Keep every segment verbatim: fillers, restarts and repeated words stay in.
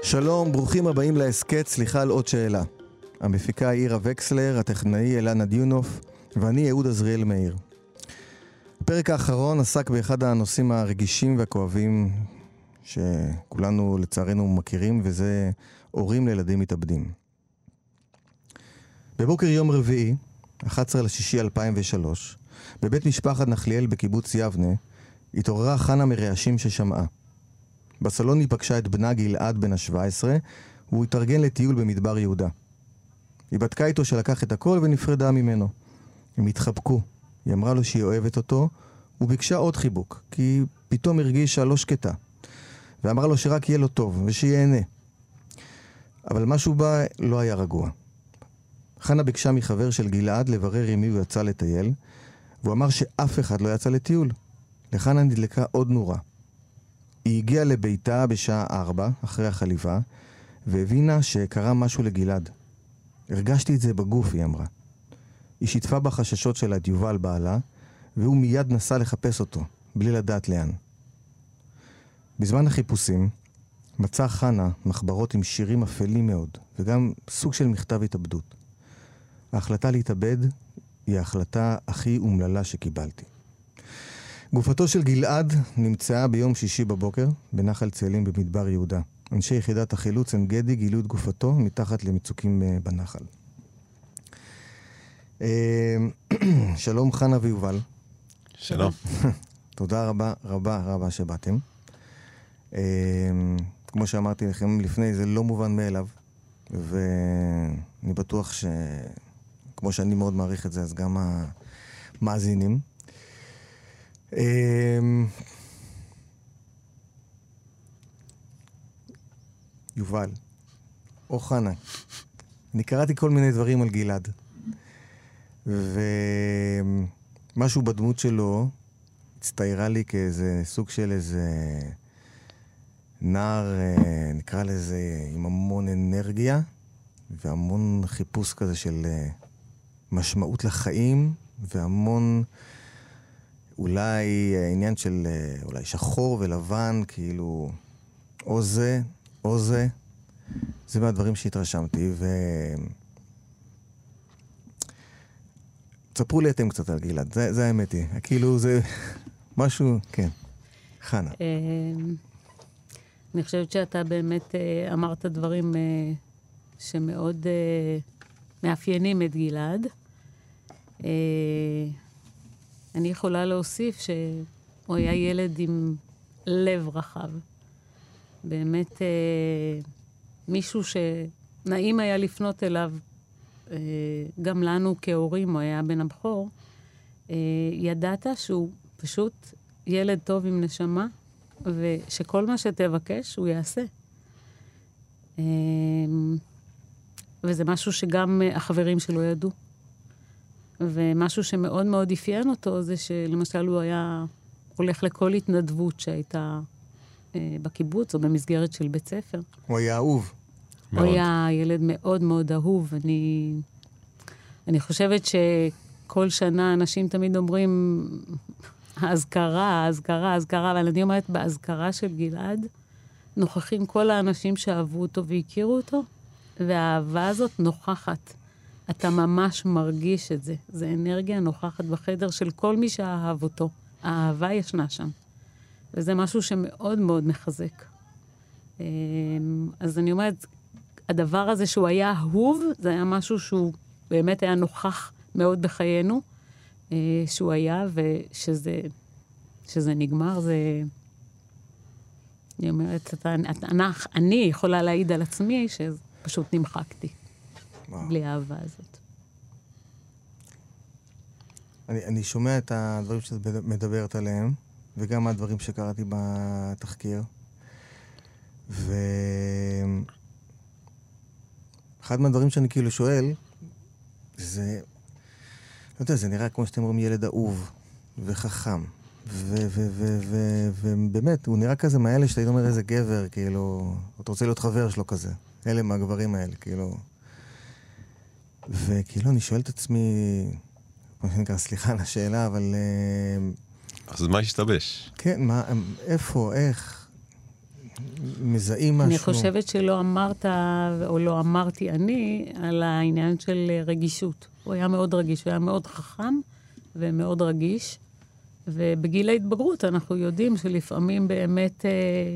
שלום, ברוכים הבאים להסקט, סליחה על עוד שאלה. המפיקה אירה וקסלר, הטכנאי אלנה דיונוף, ואני יהוד עזריאל מאיר. הפרק האחרון עסק באחד הנושאים הרגישים והכואבים שכולנו לצערנו מכירים, וזה הורים לילדים מתאבדים. בבוקר יום רביעי, אחד עשר לשישי אלפיים ושלוש, בבית משפחת נחליאל בקיבוץ יבנה, התעוררה חנה מרעשים ששמעה. בסלון היא פגשה את בנה גלעד בן ה-שבע עשרה, והוא התארגן לטיול במדבר יהודה. היא בדקה איתו שלקח את הכל ונפרדה ממנו. הם התחבקו. היא אמרה לו שהיא אוהבת אותו, וביקשה עוד חיבוק, כי פתאום הרגישה לא שקטה. ואמרה לו שרק יהיה לו טוב ושיהנה. אבל משהו בה לא היה רגוע. חנה ביקשה מחבר של גלעד לברר עם מי הוא יצא לטייל, והוא אמר שאף אחד לא יצא לטיול. לחנה נדלקה עוד נורה. היא הגיעה לביתה בשעה ארבע, אחרי החליבה, והבינה שקרה משהו לגלעד. הרגשתי את זה בגוף, היא אמרה. היא שיתפה בחששות שלה את יובל בעלה, והוא מיד נסע לחפש אותו, בלי לדעת לאן. בזמן החיפושים, מצא חנה מחברות עם שירים אפלים מאוד, וגם סוג של מכתב התאבדות. ההחלטה להתאבד היא ההחלטה הכי אומללה שקיבלתי. גופתו של גלעד נמצאה ביום שישי בבוקר בנחל צאלים במדבר יהודה. אנשי יחידת החילוץ עין גדי גילו את גופתו מתחת למצוקים בנחל. שלום חנה ויובל. שלום. תודה רבה רבה רבה שבאתם. כמו שאמרתי לכם לפני, זה לא מובן מאליו, ואני בטוח שכמו שאני מאוד מעריך את זה, אז גם המאזינים. יובל או חנה, אני קראתי כל מיני דברים על גלעד, ומשהו בדמות שלו הצטיירה לי כאיזה סוג של איזה נער, נקרא לזה, עם המון אנרגיה והמון חיפוש כזה של משמעות לחיים, והמון אולי עניין של אולי שחור ולבן, כאילו או זה או זה. זה מהדברים שהתרשמתי, ו... תספרו לי אתם קצת על גלעד, זה, זה האמת היא. כאילו זה משהו, כן. חנה. אני חושבת שאתה באמת אמרת דברים שמאוד מאפיינים את גלעד. אני יכולה להוסיף שהוא היה ילד עם לב רחב. באמת מישהו שנעים היה לפנות אליו, גם לנו כהורים, הוא היה בן הבכור, ידעת שהוא פשוט ילד טוב עם נשמה, ושכל מה שתבקש הוא יעשה. וזה משהו שגם החברים שלו ידעו. ומשהו שמאוד מאוד אפיין אותו, זה שלמשל הוא היה הולך לכל התנדבות שהייתה בקיבוץ או במסגרת של בית ספר. הוא היה אהוב. הוא היה ילד מאוד מאוד אהוב. אני, אני חושבת שכל שנה אנשים תמיד אומרים, האזכרה, האזכרה, האזכרה, אבל אני אומרת, בהזכרה של גלעד, נוכחים כל האנשים שאהבו אותו והכירו אותו, והאהבה הזאת נוכחת. אתה ממש מרגיש את זה. זה אנרגיה נוכחת בחדר של כל מי שאהב אותו. האהבה ישנה שם. וזה משהו שמאוד מאוד מחזק. אז אני אומרת, הדבר הזה שהוא היה אהוב, זה היה משהו שהוא באמת היה נוכח מאוד בחיינו, שהוא היה, ושזה שזה נגמר, זה... אני אומרת, אתה, אני, אני יכולה להעיד על עצמי שפשוט נמחקתי. וואו. בלי האהבה הזאת. אני, אני שומע את הדברים שאת מדברת עליהם, וגם הדברים שקראתי בתחקיר. ואחד מהדברים שאני כאילו שואל, זה, לא יודע, זה נראה כמו שאתם אומרים ילד אהוב וחכם. ובאמת, הוא נראה כזה מהאלה שאתה אומר איזה גבר, כאילו, אתה רוצה להיות חבר שלו כזה. אלה מהגברים האלה, כאילו. וכאילו, אני שואל את עצמי, כמו שנקרא, סליחה על השאלה, אבל... אז מה השתבש? כן, מה, איפה, איך? מזהים משהו. אני חושבת שלא אמרת, או לא אמרתי אני, על העניין של רגישות. הוא היה מאוד רגיש, הוא היה מאוד חכם ומאוד רגיש. ובגיל ההתבגרות אנחנו יודעים שלפעמים באמת...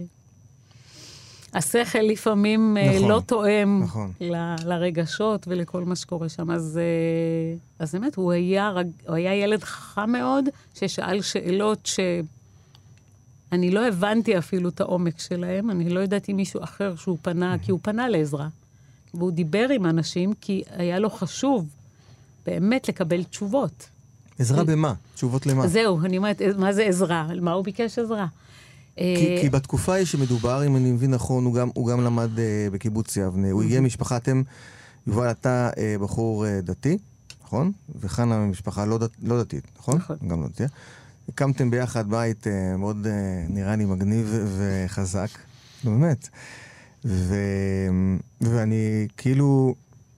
השכל לפעמים נכון, לא תואם נכון. ל- לרגשות ולכל מה שקורה שם. אז, אז באמת, הוא היה, הוא היה ילד חכם מאוד, ששאל שאלות שאני לא הבנתי אפילו את העומק שלהם. אני לא ידעתי מישהו אחר שהוא פנה, mm-hmm. כי הוא פנה לעזרה. והוא דיבר עם אנשים, כי היה לו חשוב באמת לקבל תשובות. עזרה במה? תשובות למה? זהו, אני אומרת, מה זה עזרה? מה הוא ביקש עזרה? כי, כי בתקופה היא שמדובר, אם אני מבין נכון, הוא גם, הוא גם למד uh, בקיבוץ יבנה. הוא הגיע משפחה, אתם, יובל, אתה uh, בחור uh, דתי, נכון? וחנה משפחה לא, דת, לא דתית, נכון? נכון. גם לא דתית. הקמתם ביחד בית uh, מאוד uh, נראה לי מגניב וחזק, באמת. ו, ואני כאילו...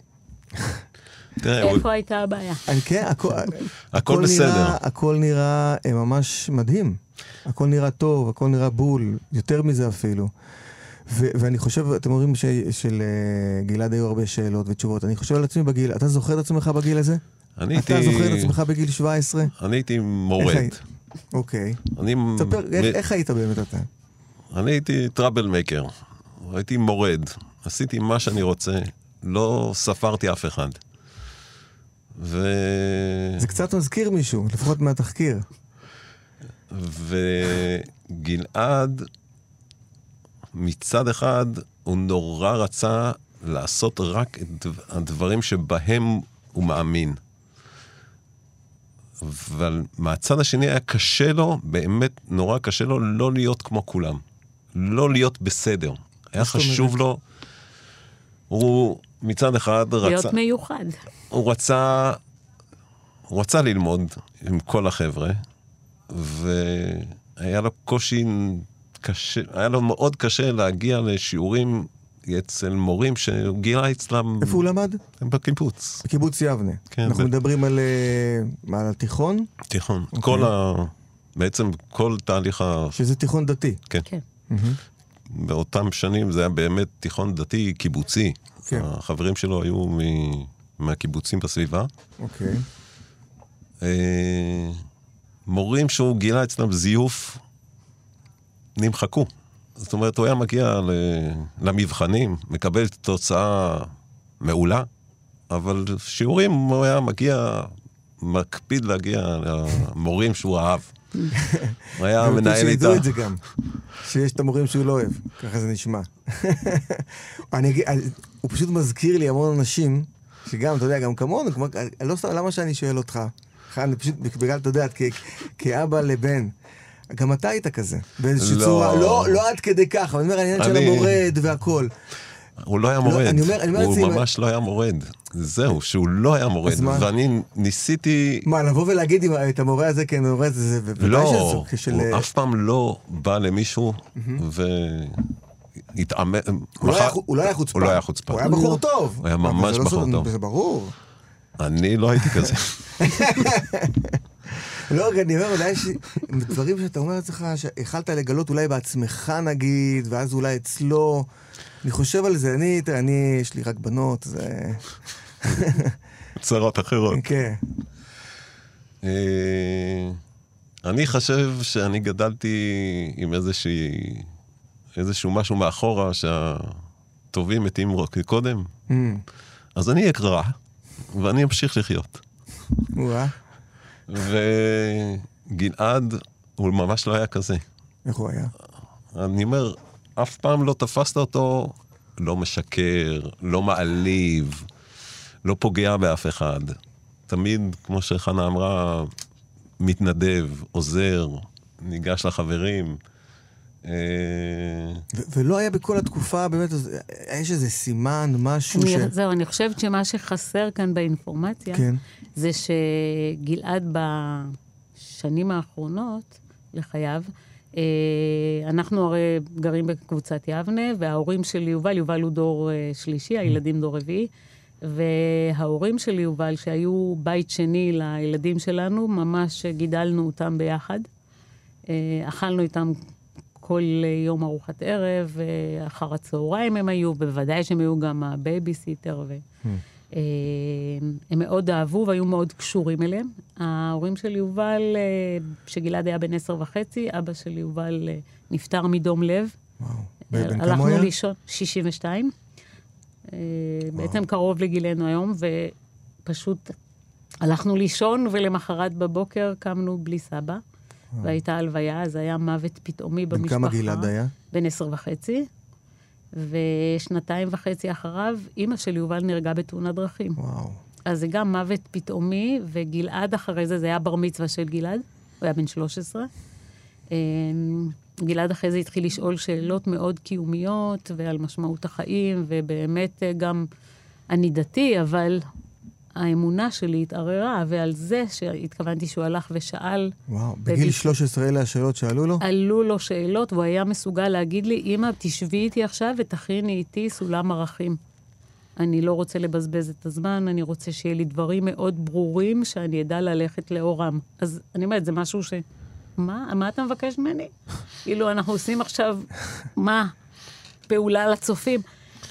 איפה הייתה הבעיה? כן, הכל, הכל בסדר. הכל נראה ממש מדהים. הכל נראה טוב, הכל נראה בול, יותר מזה אפילו. ו- ואני חושב, אתם אומרים ש- של uh, גלעד היו הרבה שאלות ותשובות. אני חושב על עצמי בגיל, אתה זוכר את עצמך בגיל הזה? אני אתה הייתי... זוכר את עצמך בגיל שבע עשרה? אני הייתי מורד. אוקיי. אני... תספר, איך, איך היית באמת אתה? אני הייתי טראבל מייקר. הייתי מורד. עשיתי מה שאני רוצה. לא ספרתי אף אחד. ו... זה קצת מזכיר מישהו, לפחות מהתחקיר. וגלעד, מצד אחד, הוא נורא רצה לעשות רק את הדברים שבהם הוא מאמין. אבל מהצד השני היה קשה לו, באמת נורא קשה לו, לא להיות כמו כולם. לא להיות בסדר. היה חשוב לו, הוא מצד אחד רצה... להיות מיוחד. הוא רצה, הוא רצה ללמוד עם כל החבר'ה, והיה לו קושי קשה, היה לו מאוד קשה להגיע לשיעורים אצל מורים שהוא גילה אצלם... איפה הוא למד? בקיבוץ. בקיבוץ יבנה. כן, אנחנו ב... מדברים על, על התיכון? תיכון. Okay. כל ה... בעצם כל תהליך ה... שזה תיכון דתי. כן. כן. Mm-hmm. באותם שנים זה היה באמת תיכון דתי קיבוצי. כן. החברים שלו היו מ... מהקיבוצים בסביבה. אוקיי. Okay. מורים שהוא גילה אצלם זיוף נמחקו. זאת אומרת, הוא היה מגיע למבחנים, מקבל תוצאה מעולה, אבל שיעורים הוא היה מגיע, מקפיד להגיע למורים שהוא אהב. הוא היה מנהל איתה. שידעו את זה גם, שיש את המורים שהוא לא אוהב, ככה זה נשמע. הוא פשוט מזכיר לי המון אנשים, שגם, אתה יודע, גם כמונו, לא סתם, למה שאני שואל אותך? אני פשוט, בגלל, אתה יודע, כאבא לבן, גם אתה היית כזה, באיזושהי לא. צורה, לא, לא עד כדי כך, אבל אני אומר, העניין אני... של המורד והכל. הוא לא היה מורד, לא, אני אומר, אני אומר הוא עצמי, ממש מה... לא היה מורד. זהו, שהוא לא היה מורד, ואני ניסיתי... מה, לבוא ולהגיד את המורה הזה, כן, המורה הזה, זה... לא, של... הוא אף פעם לא בא למישהו, ו... התאמן... הוא לא היה חוצפה. הוא לא היה חוצפה. הוא היה בחור טוב. הוא היה ממש בחור טוב. זה ברור. אני לא הייתי כזה. לא, אני אומר, אולי יש דברים שאתה אומר לעצמך, שהחלת לגלות אולי בעצמך נגיד, ואז אולי אצלו. אני חושב על זה, אני, תראה, אני, יש לי רק בנות, זה... צרות אחרות. כן. אני חושב שאני גדלתי עם איזושהי, איזשהו משהו מאחורה, שהטובים מתים קודם. אז אני אקרא, ואני אמשיך לחיות. וואה. וגלעד, הוא ממש לא היה כזה. איך הוא היה? אני אומר, אף פעם לא תפסת אותו, לא משקר, לא מעליב, לא פוגע באף אחד. תמיד, כמו שחנה אמרה, מתנדב, עוזר, ניגש לחברים. ולא היה בכל התקופה, באמת, יש איזה סימן, משהו ש... זהו, אני חושבת שמה שחסר כאן באינפורמציה, זה שגלעד בשנים האחרונות לחייו, אנחנו הרי גרים בקבוצת יבנה, וההורים של יובל, יובל הוא דור שלישי, הילדים דור רביעי, וההורים של יובל, שהיו בית שני לילדים שלנו, ממש גידלנו אותם ביחד. אכלנו איתם כל יום ארוחת ערב, אחר הצהריים הם היו, בוודאי שהם היו גם הבייביסיטר, והם מאוד אהבו והיו מאוד קשורים אליהם. ההורים של יובל, שגלעד היה בן עשר וחצי, אבא של יובל נפטר מדום לב. וואו. בן כמה הוא היה? הלכנו לישון, שישים ושתיים. בעצם קרוב לגילנו היום, ופשוט הלכנו לישון, ולמחרת בבוקר קמנו בלי סבא. והייתה הלוויה, אז היה מוות פתאומי במשפחה. בן כמה גלעד היה? בן עשר וחצי. ושנתיים וחצי אחריו, אמא של יובל נרגעה בתאונת דרכים. וואו. אז זה גם מוות פתאומי, וגלעד אחרי זה, זה היה בר מצווה של גלעד, הוא היה בן שלוש עשרה. גלעד אחרי זה התחיל לשאול שאלות מאוד קיומיות, ועל משמעות החיים, ובאמת גם אני דתי, אבל האמונה שלי התערערה, ועל זה שהתכוונתי שהוא הלך ושאל. וואו, בגיל שלוש עשרה אלה השאלות שעלו לו? עלו לו שאלות, והוא היה מסוגל להגיד לי, אמא, תשבי איתי עכשיו ותכיני איתי סולם ערכים. אני לא רוצה לבזבז את הזמן, אני רוצה שיהיה לי דברים מאוד ברורים, שאני אדע ללכת לאורם. אז אני אומרת, זה משהו ש... מה? מה אתה מבקש ממני? כאילו, אנחנו עושים עכשיו, מה? פעולה לצופים.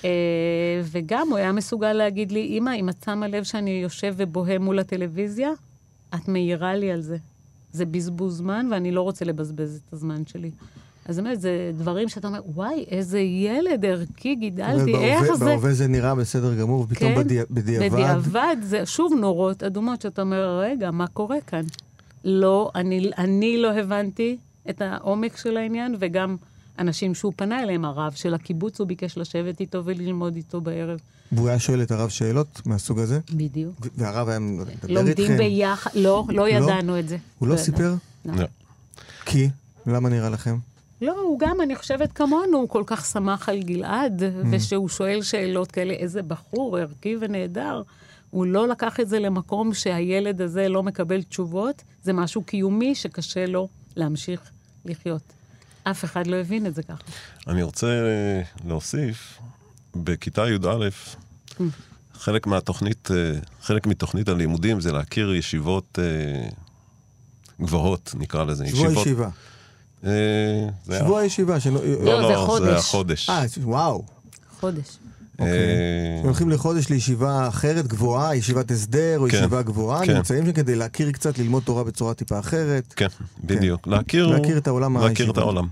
וגם הוא היה מסוגל להגיד לי, אמא, אם את שמה לב שאני יושב ובוהם מול הטלוויזיה, את מעירה לי על זה. זה בזבוז זמן, ואני לא רוצה לבזבז את הזמן שלי. אז זאת אומרת, זה דברים שאתה אומר, וואי, איזה ילד ערכי גידלתי, איך זה... בהווה זה נראה בסדר גמור, ופתאום בדיעבד... בדיעבד זה שוב נורות אדומות, שאתה אומר, רגע, מה קורה כאן? לא, אני, אני לא הבנתי את העומק של העניין, וגם אנשים שהוא פנה אליהם, הרב של הקיבוץ, הוא ביקש לשבת איתו וללמוד איתו בערב. והוא היה שואל את הרב שאלות מהסוג הזה? בדיוק. והרב היה מדבר איתכם? לומדים ביחד, לא, לא ידענו את זה. הוא לא סיפר? לא. כי? למה נראה לכם? לא, הוא גם, אני חושבת כמונו, הוא כל כך שמח על גלעד, ושהוא שואל שאלות כאלה, איזה בחור, ערכי ונהדר. הוא לא לקח את זה למקום שהילד הזה לא מקבל תשובות, זה משהו קיומי שקשה לו להמשיך לחיות. אף אחד לא הבין את זה ככה. אני רוצה להוסיף, בכיתה י"א, חלק מהתוכנית, חלק מתוכנית הלימודים זה להכיר ישיבות גבוהות, נקרא לזה. שבוע ישיבה. שבוע ישיבה. לא, זה חודש. זה החודש. אה, וואו. חודש. אוקיי. הולכים לחודש לישיבה אחרת, גבוהה, ישיבת הסדר או ישיבה גבוהה, נמצאים שם כדי להכיר קצת, ללמוד תורה בצורה טיפה אחרת. כן, בדיוק. להכיר את העולם. להכיר את העולם.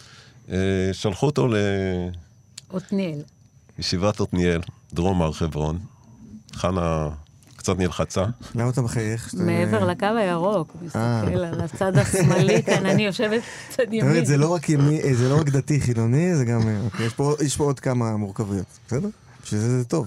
שלחו אותו ל... עתניאל. ישיבת עתניאל, דרום הר חברון. חנה קצת נלחצה. למה אתה מחייך? מעבר לקו הירוק, מסתכל על הצד השמאלי, כאן אני יושבת צד ימין. זה לא רק דתי חילוני, זה גם... יש פה עוד כמה מורכבויות, בסדר? בשביל זה זה טוב.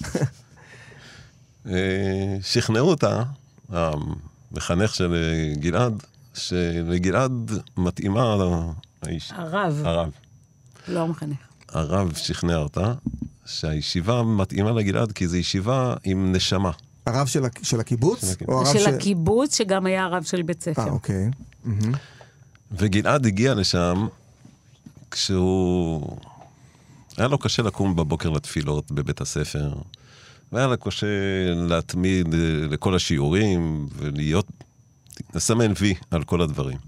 שכנעו אותה, המחנך של גלעד, שלגלעד מתאימה... הרב. הרב. לא המחנך. הרב שכנע אותה, שהישיבה מתאימה לגלעד, כי זו ישיבה עם נשמה. הרב של, של הקיבוץ? של, או הרב של ש... הקיבוץ, שגם היה הרב של בית ספר. אה, אוקיי. Mm-hmm. וגלעד הגיע לשם, כשהוא... היה לו קשה לקום בבוקר לתפילות בבית הספר, והיה לו קשה להתמיד לכל השיעורים, ולהיות... לסמן וי על כל הדברים.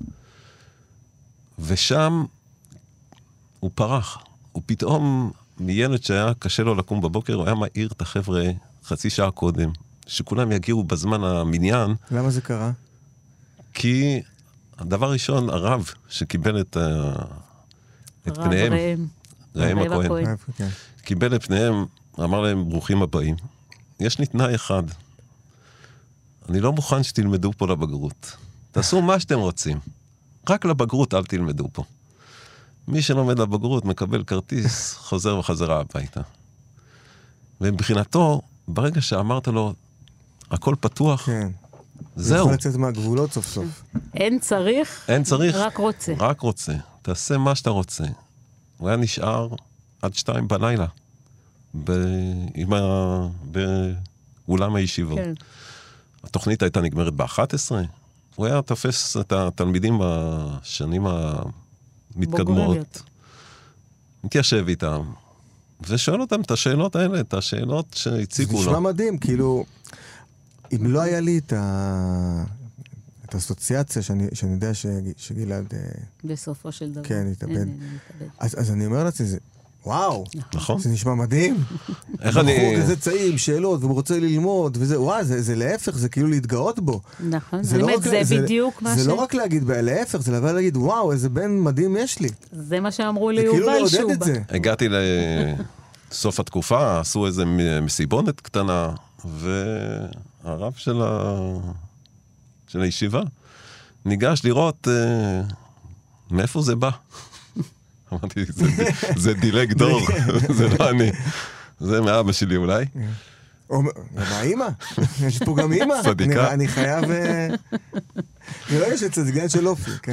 ושם הוא פרח. הוא פתאום, מילד שהיה קשה לו לקום בבוקר, הוא היה מעיר את החבר'ה חצי שעה קודם, שכולם יגיעו בזמן המניין. למה זה קרה? כי הדבר ראשון, הרב שקיבל את, את פניהם, ראם, ראם הכהן, קיבל את פניהם, אמר להם, ברוכים הבאים. יש לי תנאי אחד. אני לא מוכן שתלמדו פה לבגרות. תעשו מה שאתם רוצים. רק לבגרות אל תלמדו פה. מי שלומד לבגרות מקבל כרטיס, חוזר וחזרה הביתה. ומבחינתו, ברגע שאמרת לו, הכל פתוח, כן. זהו. יכול לצאת מהגבולות סוף סוף. אין צריך, אין צריך, רק רוצה. רק רוצה. תעשה מה שאתה רוצה. הוא היה נשאר עד שתיים בלילה, ב... עם ה... באולם הישיבות. כן. התוכנית הייתה נגמרת ב-אחת עשרה, הוא היה תופס את התלמידים בשנים המתקדמות, מתיישב איתם, ושואל אותם את השאלות האלה, את השאלות שהציגו לו. זה נשמע מדהים, כאילו, אם לא היה לי את, ה... את האסוציאציה שאני, שאני יודע ש, שגלעד... בסופו של דבר. כן, התאבד. אז, אז אני אומר לעצמי, זה, וואו, נכון. זה נשמע מדהים. איך אני... בחור כזה צעיר עם שאלות, והוא רוצה ללמוד, וזה, וואו, זה, זה להפך, זה כאילו להתגאות בו. נכון, זה, אני לא אומרת, רק, זה זה בדיוק מה ש... זה לא רק להגיד, להפך, זה לבוא להגיד, וואו, איזה בן מדהים יש לי. זה מה שאמרו לי זה כאילו יובל שובה. לעודד את זה. הגעתי לסוף התקופה, עשו איזה מסיבונת קטנה, והרב של, ה... של הישיבה ניגש לראות אה, מאיפה זה בא. אמרתי, זה, זה דילג דור, זה לא אני. זה מאבא שלי אולי. או מהאימא, יש פה גם אימא. צדיקה. אני חייב... זה לא יש את צדיקה של אופי, כן.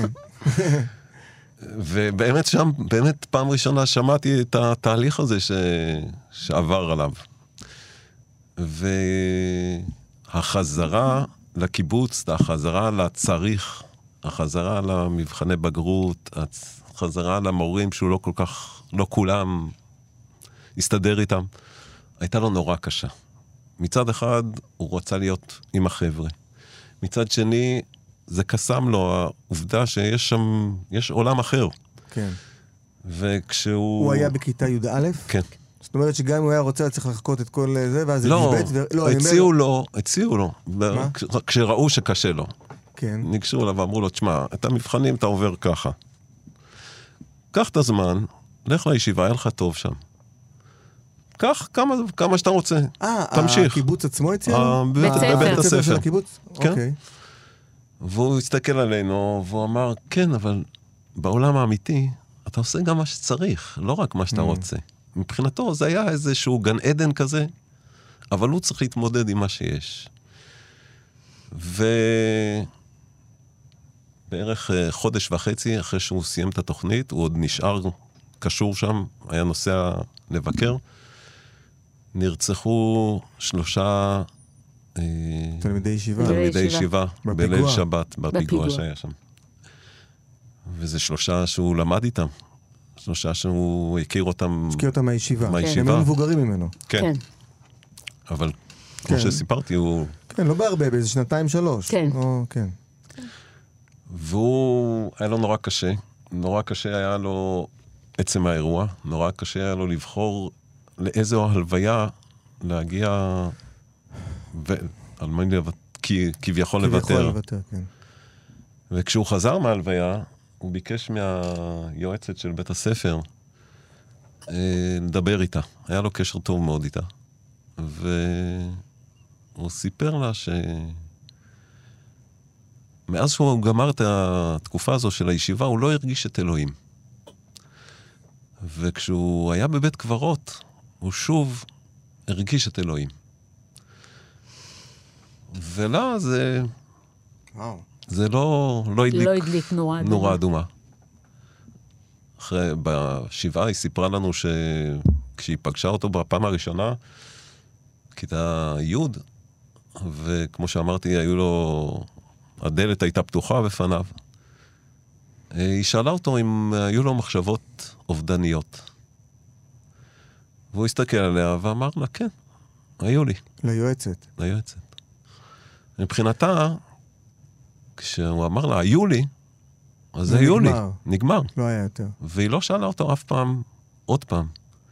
ובאמת שם, באמת פעם ראשונה שמעתי את התהליך הזה ש... שעבר עליו. והחזרה לקיבוץ, החזרה לצריך, החזרה למבחני בגרות, החזרה למורים שהוא לא כל כך, לא כולם הסתדר איתם, הייתה לו נורא קשה. מצד אחד הוא רצה להיות עם החבר'ה. מצד שני, זה קסם לו העובדה שיש שם, יש עולם אחר. כן. וכשהוא... הוא היה בכיתה י"א? כן. זאת אומרת שגם אם הוא היה רוצה, צריך לחכות את כל זה, ואז זה לא, ו... לא, הציעו אומר... לו, הציעו לו. מה? כשראו שקשה לו. כן. ניגשו אליו ואמרו לו, תשמע, את המבחנים אתה עובר ככה. קח את הזמן, לך לישיבה, היה לך טוב שם. קח כמה, כמה שאתה רוצה. אה, תמשיך. הקיבוץ עצמו הציע לו? בית ספר. בבית הספר. של הקיבוץ? כן. אוקיי. והוא הסתכל עלינו, והוא אמר, כן, אבל בעולם האמיתי, אתה עושה גם מה שצריך, לא רק מה שאתה רוצה. מבחינתו זה היה איזשהו גן עדן כזה, אבל הוא צריך להתמודד עם מה שיש. ובערך חודש וחצי אחרי שהוא סיים את התוכנית, הוא עוד נשאר קשור שם, היה נוסע לבקר, נרצחו שלושה תלמידי ישיבה. תלמידי ישיבה, בליל שבת, בפיגוע שהיה שם. וזה שלושה שהוא למד איתם. שלושה שהוא הכיר אותם... הכיר אותם מהישיבה. מהישיבה. הם מבוגרים ממנו. כן. אבל כמו שסיפרתי, הוא... כן, לא בהרבה, באיזה שנתיים שלוש. כן. כן. והוא, היה לו נורא קשה. נורא קשה היה לו עצם האירוע. נורא קשה היה לו לבחור לאיזו הלוויה להגיע... על מה אני כביכול לוותר. כביכול לוותר, כן. וכשהוא חזר מהלוויה, הוא ביקש מהיועצת של בית הספר אה, לדבר איתה. היה לו קשר טוב מאוד איתה. והוא סיפר לה ש... מאז שהוא גמר את התקופה הזו של הישיבה, הוא לא הרגיש את אלוהים. וכשהוא היה בבית קברות, הוא שוב הרגיש את אלוהים. ולא, זה... וואו. זה לא, לא הדליק, לא הדליק נורא אדומה. נורא אדומה. אחרי, בשבעה היא סיפרה לנו שכשהיא פגשה אותו בפעם הראשונה, כיתה י', וכמו שאמרתי, היו לו, הדלת הייתה פתוחה בפניו. היא שאלה אותו אם היו לו מחשבות אובדניות. והוא הסתכל עליה ואמר לה, כן, היו לי. ליועצת. ליועצת. מבחינתה, כשהוא אמר לה, היו לי, אז זה היו לי. נגמר. לא היה יותר. והיא לא שאלה אותו אף פעם, עוד פעם,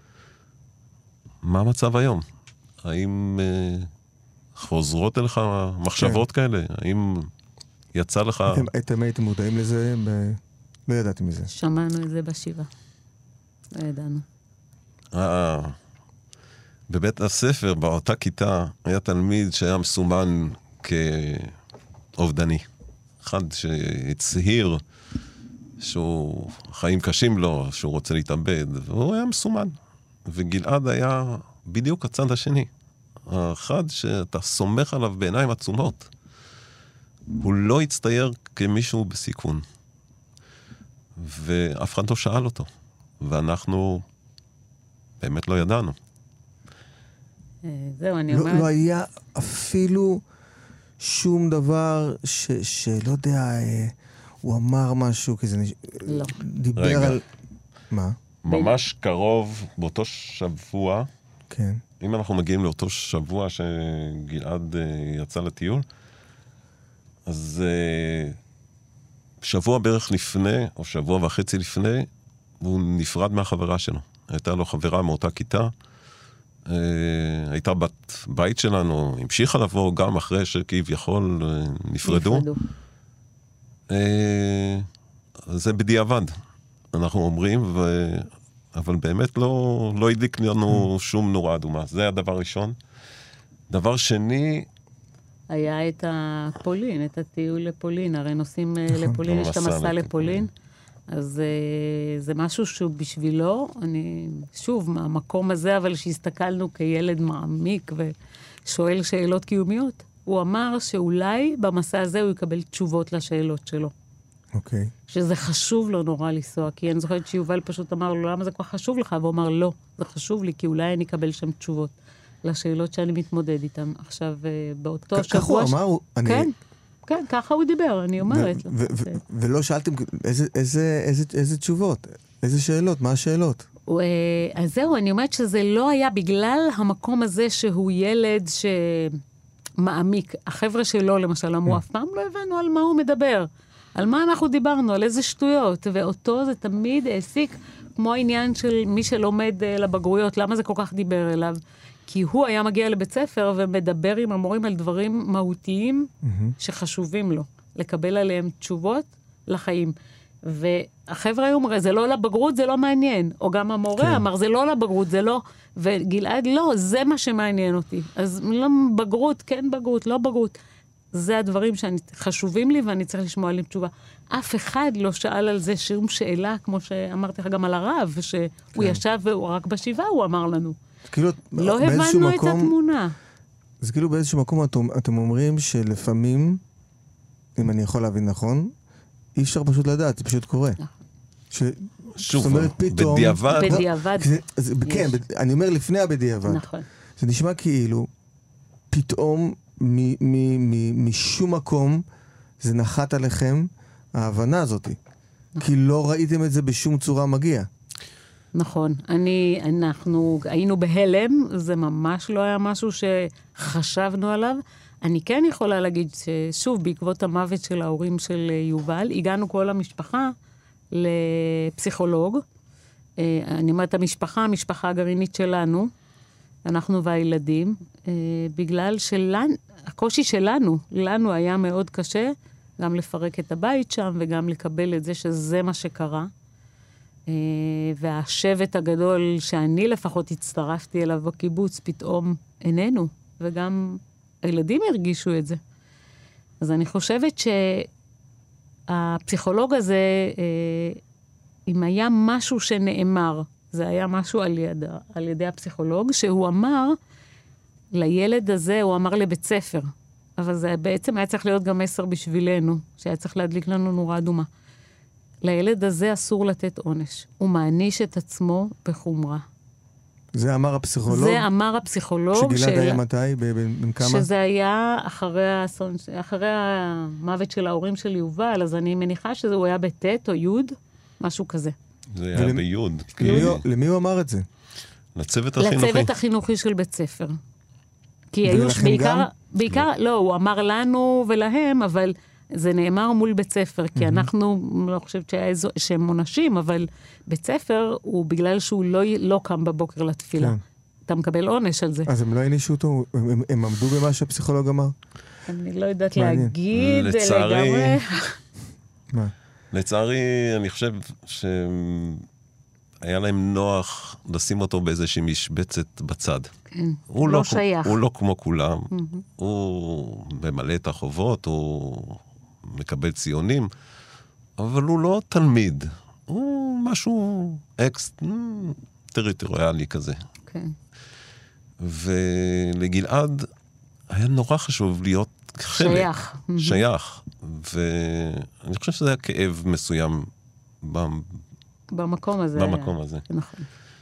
מה המצב היום? האם אה, חוזרות אליך מחשבות כן. כאלה? האם יצא לך... אתם, אתם הייתם מודעים לזה? ב... לא ידעתי מזה. שמענו את זה בשבעה. לא ידענו. אה, בבית הספר, באותה כיתה, היה תלמיד שהיה מסומן כאובדני. אחד שהצהיר שהוא חיים קשים לו, שהוא רוצה להתאבד, והוא היה מסומן. וגלעד היה בדיוק הצד השני. האחד שאתה סומך עליו בעיניים עצומות. הוא לא הצטייר כמישהו בסיכון. ואף אחד לא שאל אותו. ואנחנו באמת לא ידענו. זהו, אני לא, אומרת... לא היה אפילו שום דבר ש, שלא יודע, הוא אמר משהו כזה, לא. דיבר רגע. על... מה? ממש קרוב באותו שבוע, כן. אם אנחנו מגיעים לאותו שבוע שגלעד יצא לטיול, אז שבוע בערך לפני, או שבוע וחצי לפני, הוא נפרד מהחברה שלו. הייתה לו חברה מאותה כיתה, הייתה בת בית שלנו, המשיכה לבוא גם אחרי שכביכול נפרדו. נפרדו. זה בדיעבד, אנחנו אומרים, ו... אבל באמת לא, לא הדליק לנו שום נורה אדומה. זה הדבר הראשון. דבר שני... היה את הפולין, את הטיול לפולין. הרי נוסעים לפולין, יש את המסע לפולין. אז זה משהו שהוא בשבילו, אני, שוב, מהמקום הזה, אבל שהסתכלנו כילד מעמיק ושואל שאלות קיומיות, הוא אמר שאולי במסע הזה הוא יקבל תשובות לשאלות שלו. אוקיי. שזה חשוב לו נורא לנסוע, כי אני זוכרת שיובל פשוט אמר לו, למה זה כל כך חשוב לך? והוא אמר, לא, זה חשוב לי, כי אולי אני אקבל שם תשובות לשאלות שאני מתמודד איתן. עכשיו, באותו שבוע... ככה הוא אמר? כן, כן, ככה הוא דיבר, אני אומרת. ולא שאלתם איזה תשובות? איזה שאלות? מה השאלות? אז זהו, אני אומרת שזה לא היה בגלל המקום הזה שהוא ילד שמעמיק. החבר'ה שלו, למשל, אמרו, אף פעם לא הבנו על מה הוא מדבר. על מה אנחנו דיברנו, על איזה שטויות, ואותו זה תמיד העסיק כמו העניין של מי שלומד לבגרויות, למה זה כל כך דיבר אליו? כי הוא היה מגיע לבית ספר ומדבר עם המורים על דברים מהותיים mm-hmm. שחשובים לו, לקבל עליהם תשובות לחיים. והחבר'ה היו אומרים, זה לא לבגרות, זה לא מעניין. או גם המורה כן. אמר, זה לא לבגרות, זה לא... וגלעד, לא, זה מה שמעניין אותי. אז לא בגרות, כן בגרות, לא בגרות. זה הדברים שחשובים לי ואני צריך לשמוע עליהם תשובה. אף אחד לא שאל על זה שום שאלה, כמו שאמרתי לך גם על הרב, שהוא כן. ישב והוא רק בשבעה, הוא אמר לנו. כאילו, לא הבנו מקום, את התמונה. זה כאילו באיזשהו מקום אתם, אתם אומרים שלפעמים, אם אני יכול להבין נכון, אי אפשר פשוט לדעת, זה פשוט קורה. ש... שוב, פתאום, בדיעבד. בדיעבד. זה, זה, כן, בד... אני אומר לפני הבדיעבד. נכון. זה נשמע כאילו, פתאום, מ, מ, מ, משום מקום, זה נחת עליכם, ההבנה הזאת. נכון. כי לא ראיתם את זה בשום צורה מגיע. נכון. אני, אנחנו היינו בהלם, זה ממש לא היה משהו שחשבנו עליו. אני כן יכולה להגיד ששוב, בעקבות המוות של ההורים של יובל, הגענו כל המשפחה לפסיכולוג. אני אומרת, המשפחה, המשפחה הגרעינית שלנו, אנחנו והילדים, בגלל שהקושי שלנו, לנו היה מאוד קשה, גם לפרק את הבית שם, וגם לקבל את זה שזה מה שקרה. והשבט הגדול שאני לפחות הצטרפתי אליו בקיבוץ, פתאום איננו, וגם הילדים הרגישו את זה. אז אני חושבת שהפסיכולוג הזה, אם היה משהו שנאמר, זה היה משהו על, יד, על ידי הפסיכולוג, שהוא אמר לילד הזה, הוא אמר לבית ספר, אבל זה בעצם היה צריך להיות גם מסר בשבילנו, שהיה צריך להדליק לנו נורה אדומה. לילד הזה אסור לתת עונש. הוא מעניש את עצמו בחומרה. זה אמר הפסיכולוג? זה אמר הפסיכולוג. שגלעד היה מתי? בין כמה? שזה היה אחרי, האסון, אחרי המוות של ההורים של יובל, אז אני מניחה שזה הוא היה בט' או י', משהו כזה. זה היה ולמ... ביוד. למי הוא אמר את זה? לצוות החינוכי. לצוות החינוכי של בית ספר. כי היו בעיקר, בעיקר, לא, הוא אמר לנו ולהם, אבל זה נאמר מול בית ספר, כי אנחנו, לא חושבת שהם מונשים, אבל בית ספר הוא בגלל שהוא לא, לא קם בבוקר לתפילה. אתה מקבל עונש על זה. אז הם לא הענישו אותו? הם, הם עמדו במה שהפסיכולוג אמר? אני לא יודעת להגיד לצערי, לגמרי. מה? לצערי, אני חושב שהיה להם נוח לשים אותו באיזושהי משבצת בצד. כן, הוא לא לא שייך. הוא לא כמו כולם. Mm-hmm. הוא ממלא את החובות, הוא מקבל ציונים, אבל הוא לא תלמיד. הוא משהו אקס, טריטוריאלי כזה. כן. ולגלעד היה נורא חשוב להיות חלק. שייך. שייך. ואני חושב שזה היה כאב מסוים במקום הזה. במקום הזה. נכון.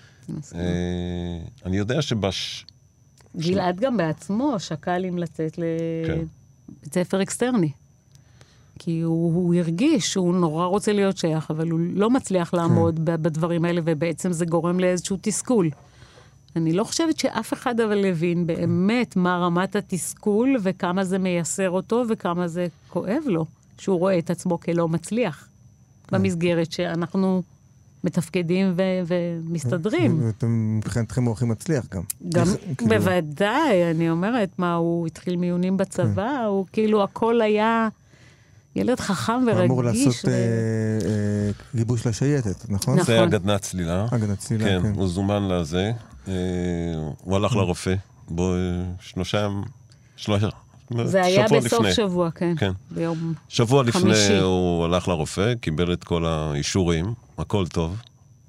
אני יודע שבש... גלעד גם בעצמו שקל אם לצאת לבית ספר אקסטרני. כי הוא, הוא הרגיש שהוא נורא רוצה להיות שייך, אבל הוא לא מצליח לעמוד בדברים האלה, ובעצם זה גורם לאיזשהו תסכול. אני לא חושבת שאף אחד אבל הבין באמת מה רמת התסכול, וכמה זה מייסר אותו, וכמה זה כואב לו, שהוא רואה את עצמו כלא מצליח, במסגרת שאנחנו מתפקדים ו- ומסתדרים. ואתם מבחינתכם הוא הכי מצליח גם. גם, כאילו... בוודאי, אני אומרת, מה, הוא התחיל מיונים בצבא, הוא כאילו, הכל היה ילד חכם ורגיש. הוא אמור לעשות ו... אה, אה, גיבוש לשייטת, נכון? נכון. זה היה גדנ"צ צלילה. הגדנ"צ צלילה, כן, כן. הוא זומן לזה. אה, הוא הלך לרופא. בו שלושה... שלושה... זה היה בסוף לפני. שבוע, כן. כן. ביום שבוע חמישי. לפני הוא הלך לרופא, קיבל את כל האישורים, הכל טוב.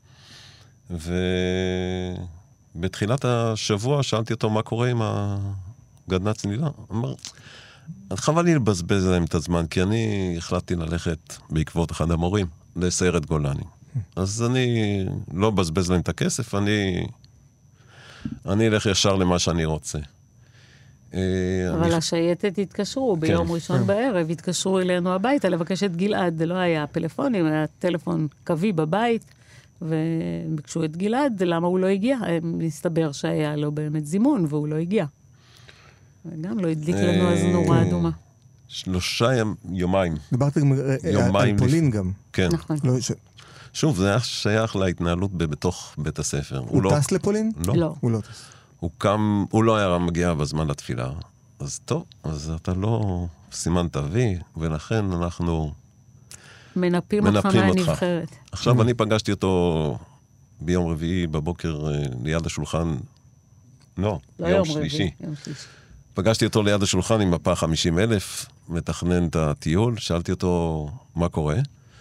ובתחילת השבוע שאלתי אותו מה קורה עם הגדנ"צ צלילה. אמר, חבל לי לבזבז להם את הזמן, כי אני החלטתי ללכת בעקבות אחד המורים לסיירת גולני. אז אני לא בזבז להם את הכסף, אני, אני אלך ישר למה שאני רוצה. אבל אני... השייטת התקשרו, ביום כן. ראשון בערב, התקשרו אלינו הביתה לבקש את גלעד, זה לא היה פלאפונים, היה טלפון קווי בבית, וביקשו את גלעד, למה הוא לא הגיע? מסתבר שהיה לו באמת זימון, והוא לא הגיע. וגם לא הדליק לנו אז נורה אדומה. שלושה יומיים. דיברתי על פולין גם. כן. נכון. שוב, זה היה שייך להתנהלות בתוך בית הספר. הוא טס לפולין? לא. הוא לא טס. הוא קם, הוא לא היה מגיע בזמן לתפילה. אז טוב, אז אתה לא סימנת וי, ולכן אנחנו מנפים אותך מהנבחרת. עכשיו אני פגשתי אותו ביום רביעי בבוקר ליד השולחן, לא, יום שלישי. פגשתי אותו ליד השולחן עם מפה חמישים אלף, מתכנן את הטיול, שאלתי אותו מה קורה.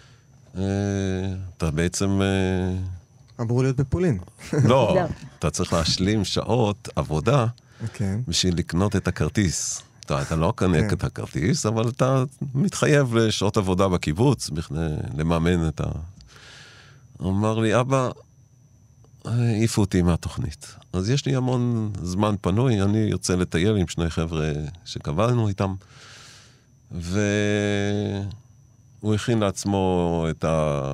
אתה בעצם... אמרו להיות בפולין. לא, אתה צריך להשלים שעות עבודה בשביל לקנות את הכרטיס. אתה לא קנה את הכרטיס, אבל אתה מתחייב לשעות עבודה בקיבוץ, בכדי לממן את ה... הוא אמר לי, אבא, העיפו אותי מהתוכנית. אז יש לי המון זמן פנוי, אני יוצא לטייל עם שני חבר'ה שקבלנו איתם, והוא הכין לעצמו את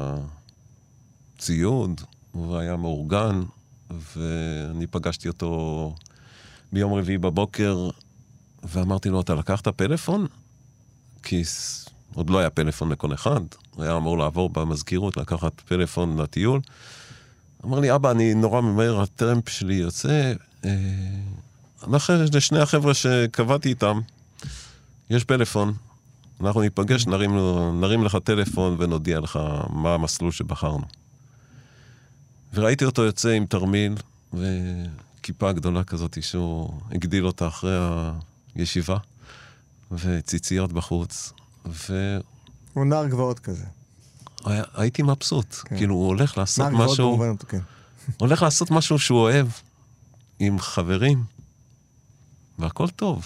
הציוד, הוא היה מאורגן, ואני פגשתי אותו ביום רביעי בבוקר, ואמרתי לו, אתה לקחת פלאפון? כי עוד לא היה פלאפון לכל אחד, הוא היה אמור לעבור במזכירות, לקחת פלאפון לטיול. אמר לי, אבא, אני נורא ממהר, הטרמפ שלי יוצא. אנחנו, לשני החבר'ה שקבעתי איתם, יש פלאפון, אנחנו ניפגש, נרים, נרים לך טלפון ונודיע לך מה המסלול שבחרנו. וראיתי אותו יוצא עם תרמיל, וכיפה גדולה כזאת שהוא הגדיל אותה אחרי הישיבה, וציציות בחוץ, ו... הוא נער גבעות כזה. הייתי מבסוט, כן. כאילו הוא הולך לעשות נער גבעות משהו, במובן, כן. הולך לעשות משהו שהוא אוהב, עם חברים, והכל טוב.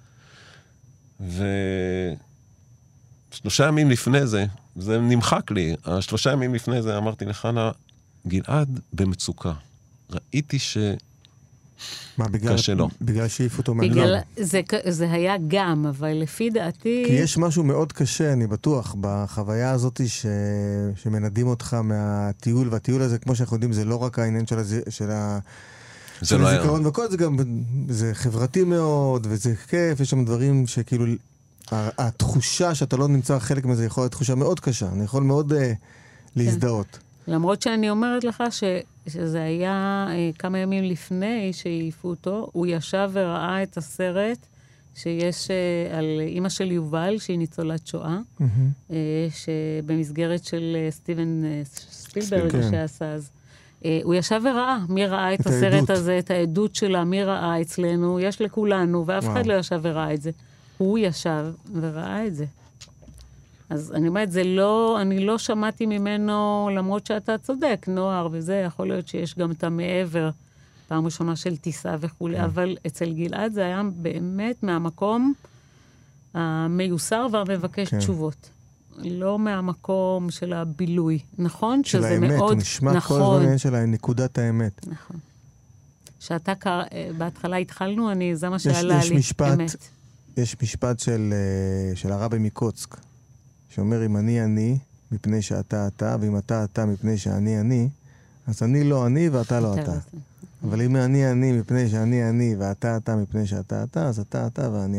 ושלושה ימים לפני זה, זה נמחק לי, השלושה ימים לפני זה אמרתי לחנה, גלעד במצוקה. ראיתי ש... מה, בגלל, קשה לו. בגלל שהעיפו אותו מהגלוב? בגלל, זה, זה היה גם, אבל לפי דעתי... כי יש משהו מאוד קשה, אני בטוח, בחוויה הזאת ש... שמנדים אותך מהטיול, והטיול הזה, כמו שאנחנו יודעים, זה לא רק העניין של, הז... של, ה... של לא הזיכרון היה... וכל זה גם, זה חברתי מאוד, וזה כיף, יש שם דברים שכאילו, התחושה שאתה לא נמצא חלק מזה, יכול להיות תחושה מאוד קשה, אני יכול מאוד uh, להזדהות. כן. למרות שאני אומרת לך ש... שזה היה אה, כמה ימים לפני שהעיפו אותו, הוא ישב וראה את הסרט שיש אה, על אמא של יובל, שהיא ניצולת שואה, mm-hmm. אה, שבמסגרת של אה, סטיבן אה, ספילברג כן. שעשה אז. אה, הוא ישב וראה, מי ראה את, את הסרט העדות. הזה, את העדות שלה, מי ראה אצלנו, יש לכולנו, ואף וואו. אחד לא ישב וראה את זה. הוא ישב וראה את זה. אז אני אומרת, זה לא, אני לא שמעתי ממנו, למרות שאתה צודק, נוער וזה, יכול להיות שיש גם את המעבר, פעם ראשונה של טיסה וכו', אבל אצל גלעד זה היה באמת מהמקום המיוסר והמבקש תשובות. לא מהמקום של הבילוי. נכון? של האמת, הוא נשמע כל הזמן של נקודת האמת. נכון. שאתה, בהתחלה התחלנו, אני, זה מה שעלה לי, אמת. יש משפט של, של הרבי מקוצק, שאומר, אם אני אני, מפני שאתה אתה, ואם אתה אתה, מפני שאני אני, אז אני לא אני ואתה לא אתה. אבל אם אני אני, מפני שאני אני, ואתה אתה, מפני שאתה אתה, אז אתה אתה ואני אני.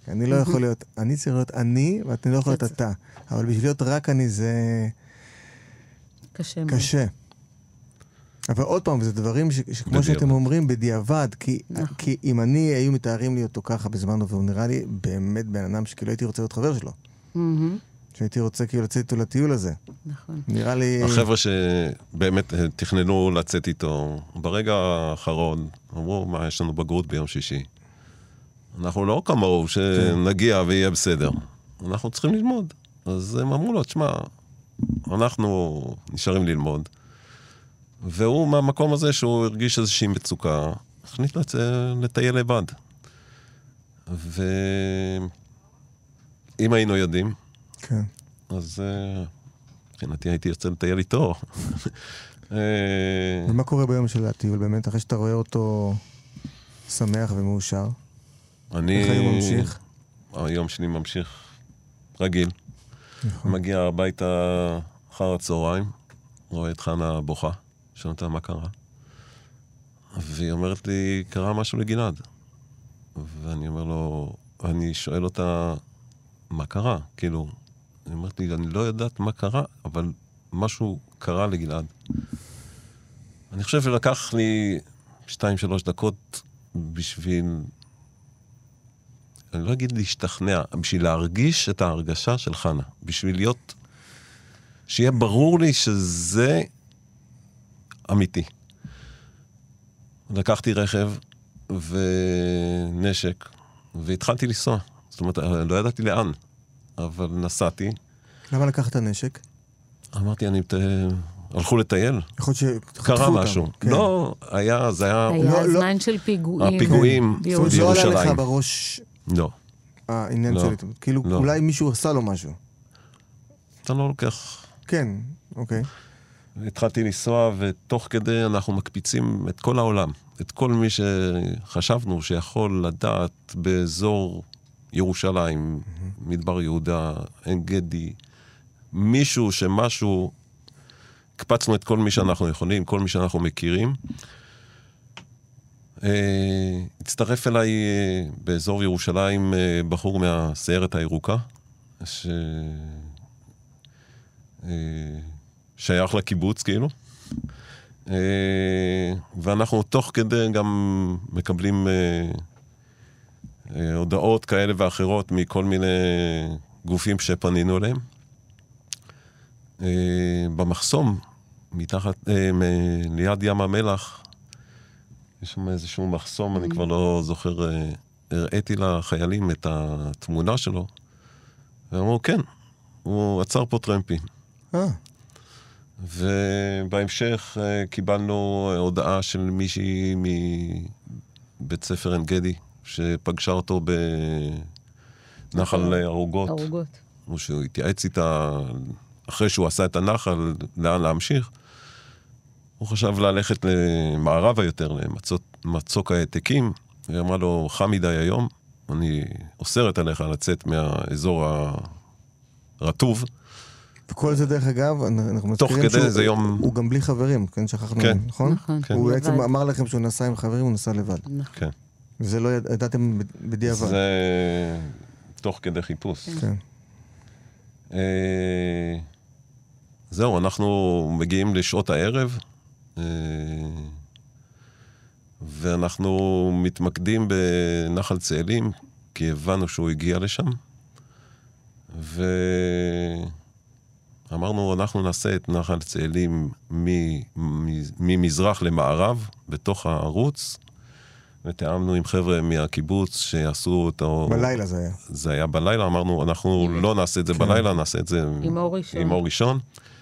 אני לא יכול להיות, אני צריך להיות אני, ואני לא יכול להיות אתה. אבל בשביל להיות רק אני זה... קשה מאוד. קשה. אבל עוד פעם, זה דברים ש- שכמו שאתם אומרים, בדיעבד, כי, כי אם אני היו מתארים לי אותו ככה בזמן, והוא נראה לי באמת בן אדם שכאילו הייתי רוצה להיות חבר שלו. שהייתי רוצה כאילו לצאת איתו לטיול הזה. נכון. נראה לי... החבר'ה שבאמת תכננו לצאת איתו, ברגע האחרון, אמרו, מה, יש לנו בגרות ביום שישי. אנחנו לא כמוהו שנגיע ויהיה בסדר. אנחנו צריכים ללמוד. אז הם אמרו לו, תשמע, אנחנו נשארים ללמוד. והוא מהמקום הזה שהוא הרגיש איזושהי מצוקה, החליט לטייל לבד. ואם היינו יודעים, כן. אז מבחינתי הייתי יוצא לטייל איתו. ומה קורה ביום של הטיול באמת? אחרי שאתה רואה אותו שמח ומאושר? אני... איך היום ממשיך? היום שלי ממשיך רגיל. מגיע הביתה אחר הצהריים, רואה את חנה בוכה, שואל אותה מה קרה. והיא אומרת לי, קרה משהו לגלעד. ואני אומר לו, אני שואל אותה, מה קרה? כאילו, היא אומרת לי, אני לא יודעת מה קרה, אבל משהו קרה לגלעד. אני חושב שלקח לי שתיים, שלוש דקות בשביל, אני לא אגיד להשתכנע, בשביל להרגיש את ההרגשה של חנה. בשביל להיות, שיהיה ברור לי שזה אמיתי. לקחתי רכב ונשק, והתחלתי לנסוע. זאת אומרת, לא ידעתי לאן, אבל נסעתי. למה לקחת נשק? אמרתי, אני... הלכו לטייל. יכול להיות קרה משהו. לא, היה, זה היה... היה זמן של פיגועים. הפיגועים בירושלים. לא עלה לך בראש... לא. העניין שלי. כאילו, אולי מישהו עשה לו משהו. אתה לא לוקח... כן, אוקיי. התחלתי לנסוע, ותוך כדי אנחנו מקפיצים את כל העולם. את כל מי שחשבנו שיכול לדעת באזור ירושלים, מדבר יהודה, עין גדי, מישהו שמשהו, הקפצנו את כל מי שאנחנו יכולים, כל מי שאנחנו מכירים. הצטרף אליי באזור ירושלים בחור מהסיירת הירוקה, ש... שייך לקיבוץ כאילו. ואנחנו תוך כדי גם מקבלים הודעות כאלה ואחרות מכל מיני גופים שפנינו אליהם. במחסום, מתחת, ליד ים המלח, יש שם איזשהו מחסום, אני כבר לא זוכר, הראיתי לחיילים את התמונה שלו, ואמרו, כן, הוא עצר פה טרמפים. אה. ובהמשך קיבלנו הודעה של מישהי מבית ספר עין גדי, שפגשה אותו בנחל ערוגות. ערוגות. או שהוא התייעץ איתה, אחרי שהוא עשה את הנחל, לאן להמשיך. הוא חשב ללכת למערבה יותר, למצוק העתקים, והיא אמרה לו, חם מדי היום, אני אוסרת עליך לצאת מהאזור הרטוב. וכל זה דרך אגב, אנחנו תוך מזכירים כדי שהוא זה יום... הוא גם בלי חברים, כן, שכחנו, כן. נכון? נכון. כן. הוא לבד. בעצם אמר לכם שהוא נסע עם חברים, הוא נסע לבד. נכון. כן. וזה לא יד- ידעתם בדיעבד. זה תוך כדי חיפוש. כן. אה, זהו, אנחנו מגיעים לשעות הערב, אה, ואנחנו מתמקדים בנחל צאלים, כי הבנו שהוא הגיע לשם, ואמרנו, אנחנו נעשה את נחל צאלים ממזרח למערב, בתוך הערוץ, ותאמנו עם חבר'ה מהקיבוץ שיעשו אותו... בלילה זה היה. זה היה בלילה, אמרנו, אנחנו לא נעשה את זה בלילה, נעשה את זה עם אור ראשון. עם אור ראשון.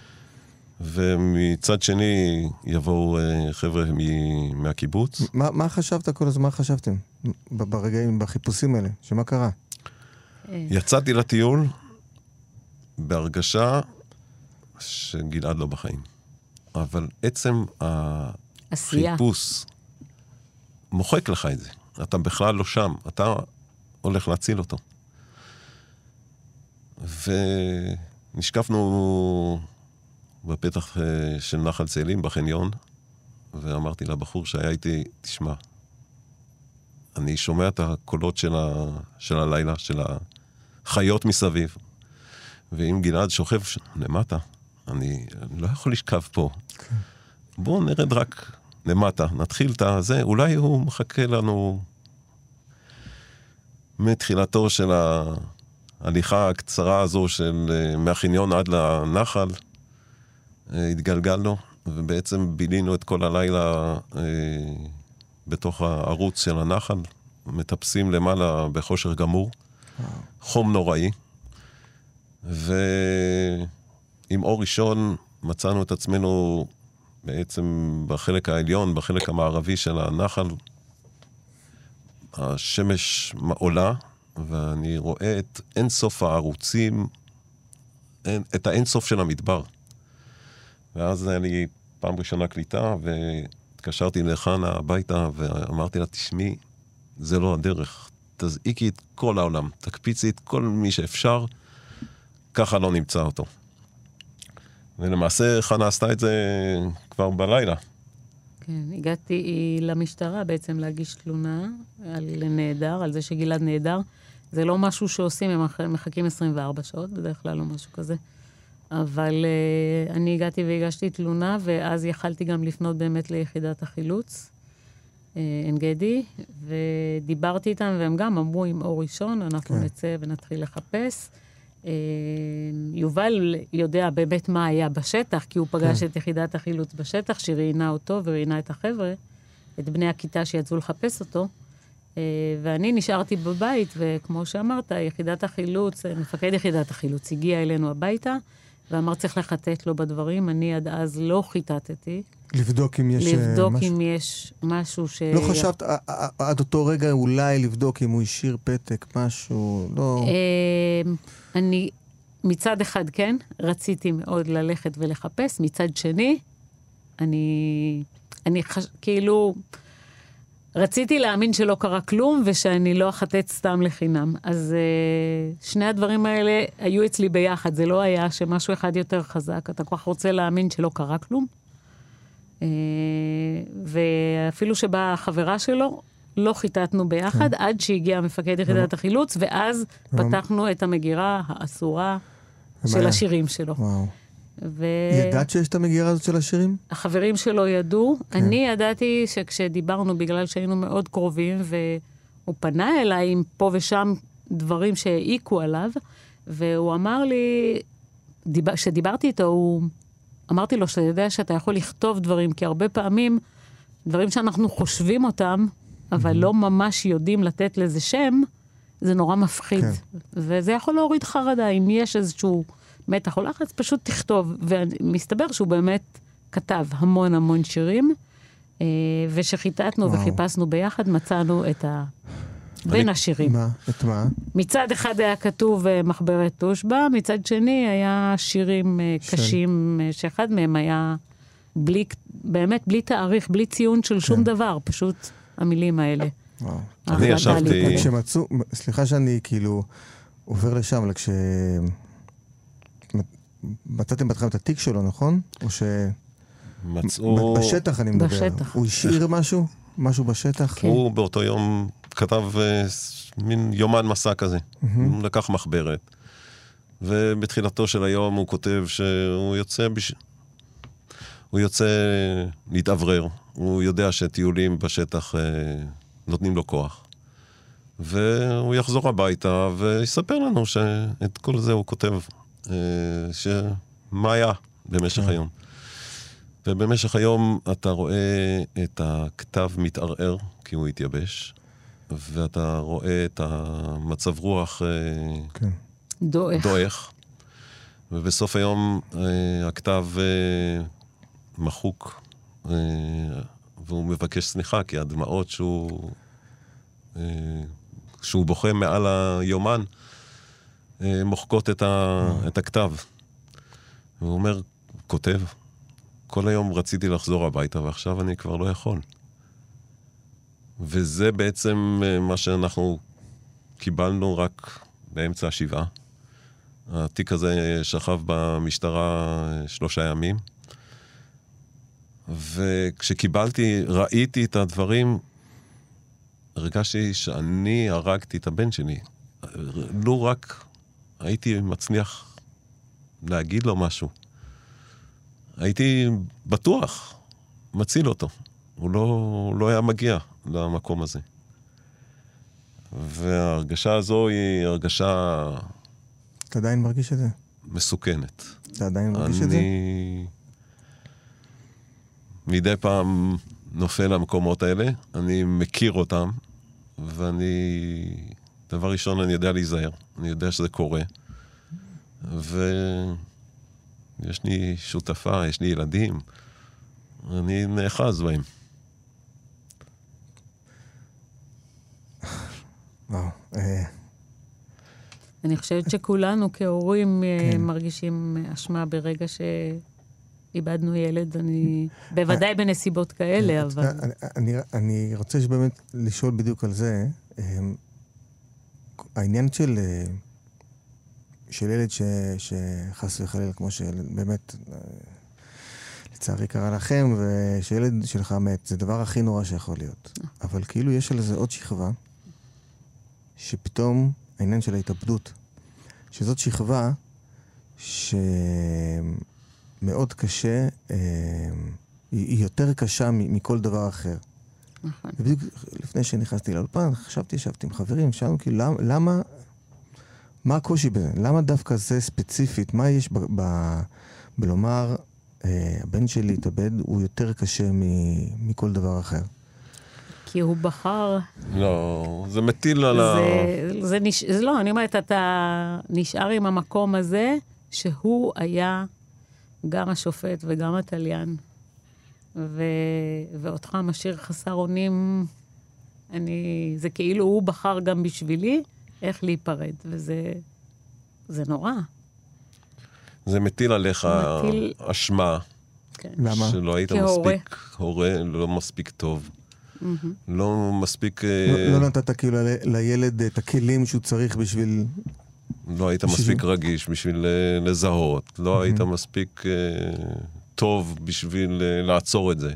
ומצד שני יבואו חבר'ה מ- מהקיבוץ. מה, מה חשבת כל הזמן? מה חשבתם ב- ברגעים, בחיפושים האלה? שמה קרה? יצאתי לטיול בהרגשה שגלעד לא בחיים. אבל עצם עשייה. החיפוש מוחק לך את זה. אתה בכלל לא שם. אתה הולך להציל אותו. ונשקפנו בפתח של נחל צאלים בחניון, ואמרתי לבחור שהיה איתי, תשמע, אני שומע את הקולות של, ה, של הלילה, של החיות מסביב. ואם גלעד שוכב למטה, אני לא יכול לשכב פה. Okay. בואו נרד רק למטה, נתחיל את הזה, אולי הוא מחכה לנו מתחילתו של ההליכה הקצרה הזו של מהחניון עד לנחל, התגלגלנו, ובעצם בילינו את כל הלילה אה, בתוך הערוץ של הנחל, מטפסים למעלה בחושר גמור, wow. חום נוראי, ועם אור ראשון מצאנו את עצמנו בעצם בחלק העליון, בחלק המערבי של הנחל, השמש עולה, ואני רואה את אינסוף הערוצים, את האינסוף של המדבר. ואז היה לי פעם ראשונה קליטה, והתקשרתי לחנה הביתה, ואמרתי לה, תשמעי, זה לא הדרך. תזעיקי את כל העולם, תקפיצי את כל מי שאפשר, ככה לא נמצא אותו. ולמעשה חנה עשתה את זה כבר בלילה. כן, הגעתי למשטרה בעצם להגיש תלונה על נהדר, על זה שגלעד נהדר. זה לא משהו שעושים, הם מחכים עשרים וארבע שעות, בדרך כלל לא משהו כזה. אבל uh, אני הגעתי והגשתי תלונה, ואז יכלתי גם לפנות באמת ליחידת החילוץ, uh, אנגדי, ודיברתי איתם, והם גם אמרו עם אור ראשון, אנחנו כן. נצא ונתחיל לחפש. Uh, יובל יודע באמת מה היה בשטח, כי הוא פגש כן. את יחידת החילוץ בשטח, שראיינה אותו וראיינה את החבר'ה, את בני הכיתה שיצאו לחפש אותו, uh, ואני נשארתי בבית, וכמו שאמרת, יחידת החילוץ, מפקד יחידת החילוץ הגיע אלינו הביתה, ואמר צריך לחטט לו בדברים, אני עד אז לא חיטטתי. לבדוק אם יש לבדוק משהו? אם יש משהו ש... לא חשבת עד אותו רגע אולי לבדוק אם הוא השאיר פתק, משהו, לא... אני מצד אחד כן, רציתי מאוד ללכת ולחפש, מצד שני, אני, אני חש... כאילו... רציתי להאמין שלא קרה כלום, ושאני לא אחטט סתם לחינם. אז uh, שני הדברים האלה היו אצלי ביחד. זה לא היה שמשהו אחד יותר חזק. אתה כל כך רוצה להאמין שלא קרה כלום. Uh, ואפילו שבאה החברה שלו, לא חיטטנו ביחד, כן. עד שהגיע מפקד יחידת החילוץ, ואז פתחנו את המגירה האסורה של השירים שלו. וואו. ו... ידעת שיש את המגירה הזאת של השירים? החברים שלו ידעו. כן. אני ידעתי שכשדיברנו, בגלל שהיינו מאוד קרובים, והוא פנה אליי עם פה ושם דברים שהעיקו עליו, והוא אמר לי, דיב... שדיברתי איתו, הוא... אמרתי לו שאתה יודע שאתה יכול לכתוב דברים, כי הרבה פעמים, דברים שאנחנו חושבים אותם, אבל mm-hmm. לא ממש יודעים לתת לזה שם, זה נורא מפחיד. כן. וזה יכול להוריד חרדה, אם יש איזשהו... מתח או לחץ, פשוט תכתוב, ומסתבר שהוא באמת כתב המון המון שירים, ושחיטטנו וחיפשנו ביחד, מצאנו את ה... בין השירים. מה? את מה? מצד אחד היה כתוב מחברת תושבע, מצד שני היה שירים קשים, שאחד מהם היה בלי, באמת בלי תאריך, בלי ציון של שום דבר, פשוט המילים האלה. וואו. אני ישבתי... כשמצאו, סליחה שאני כאילו עובר לשם, אבל כש... מצאתם בתכם את התיק שלו, נכון? או ש... מצאו... בשטח אני מדבר. בשטח. הוא השאיר משהו? משהו בשטח? כן. הוא באותו יום כתב uh, מין יומן מסע כזה. Mm-hmm. הוא לקח מחברת. ובתחילתו של היום הוא כותב שהוא יוצא... בש... הוא יוצא להתאוורר. הוא יודע שטיולים בשטח uh, נותנים לו כוח. והוא יחזור הביתה ויספר לנו שאת כל זה הוא כותב... שמה היה במשך היום. ובמשך היום אתה רואה את הכתב מתערער, כי הוא התייבש, ואתה רואה את המצב רוח כן. דועך. דועך. ובסוף היום הכתב מחוק, והוא מבקש סליחה, כי הדמעות שהוא, שהוא בוכה מעל היומן, מוחקות את, ה... את הכתב. הוא אומר, כותב, כל היום רציתי לחזור הביתה, ועכשיו אני כבר לא יכול. וזה בעצם מה שאנחנו קיבלנו רק באמצע השבעה. התיק הזה שכב במשטרה שלושה ימים, וכשקיבלתי, ראיתי את הדברים, הרגשתי שאני הרגתי את הבן שלי. לא רק הייתי מצליח להגיד לו משהו. הייתי בטוח, מציל אותו. הוא לא, לא היה מגיע למקום הזה. וההרגשה הזו היא הרגשה... אתה עדיין מרגיש את זה? מסוכנת. אתה עדיין מרגיש את זה? אני מדי פעם נופל למקומות האלה, אני מכיר אותם, ואני, דבר ראשון, אני יודע להיזהר, אני יודע שזה קורה, ויש לי שותפה, יש לי ילדים, אני נאחז בהם. וואו. אה, אני חושבת שכולנו כהורים אה, כן. מרגישים אשמה ברגע שאיבדנו ילד, אני... בוודאי בנסיבות כאלה, אבל... אני, אני, אני רוצה שבאמת לשאול בדיוק על זה. אה, העניין של, אה, של ילד ש, שחס וחלילה, כמו שבאמת, אה, לצערי קרה לכם, ושילד שלך מת, זה הדבר הכי נורא שיכול להיות. אבל כאילו יש על זה עוד שכבה, שפתאום העניין של ההתאבדות, שזאת שכבה שמאוד קשה, אה, היא, היא יותר קשה מ- מכל דבר אחר. נכון. ובדיוק לפני שנכנסתי לאולפן, חשבתי, ישבתי עם חברים, שאלנו כאילו, למה, למה, מה הקושי בזה? למה דווקא זה ספציפית? מה יש ב, ב, בלומר, אה, הבן שלי התאבד, הוא יותר קשה מ- מכל דבר אחר? כי הוא בחר... לא, זה מטיל על ה... זה, זה, נש... זה לא, אני אומרת, אתה נשאר עם המקום הזה, שהוא היה גם השופט וגם התליין, ו... ואותך משאיר חסר אונים, אני... זה כאילו הוא בחר גם בשבילי איך להיפרד, וזה זה נורא. זה מטיל עליך מטיל... אשמה, כן. למה? שלא היית כהורה. מספיק, הורה, לא מספיק טוב. Mm-hmm. לא מספיק... לא, לא נתת כאילו ל- לילד את הכלים שהוא צריך בשביל... לא היית מספיק רגיש בשביל אה, לזהות, לא היית מספיק אה, טוב בשביל אה, לעצור את זה.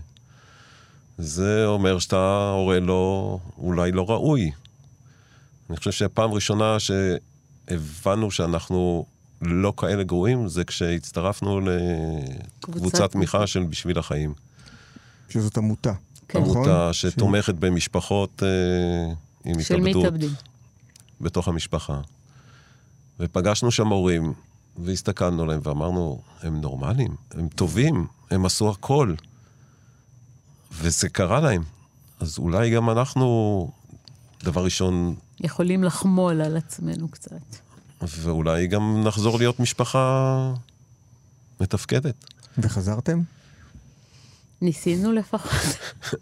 זה אומר שאתה הורה לא, אולי לא ראוי. אני חושב שהפעם ראשונה שהבנו שאנחנו לא כאלה גרועים, זה כשהצטרפנו לקבוצת תמיכה של בשביל החיים. שזאת עמותה. כן. עמותה שתומכת במשפחות אה, עם של התאבדות. מתאבדים. בתוך המשפחה. ופגשנו שם הורים, והסתכלנו להם ואמרנו, הם נורמליים, הם טובים, הם עשו הכל. וזה קרה להם. אז אולי גם אנחנו, דבר ראשון... יכולים לחמול על עצמנו קצת. ואולי גם נחזור להיות משפחה מתפקדת. וחזרתם? ניסינו לפחות.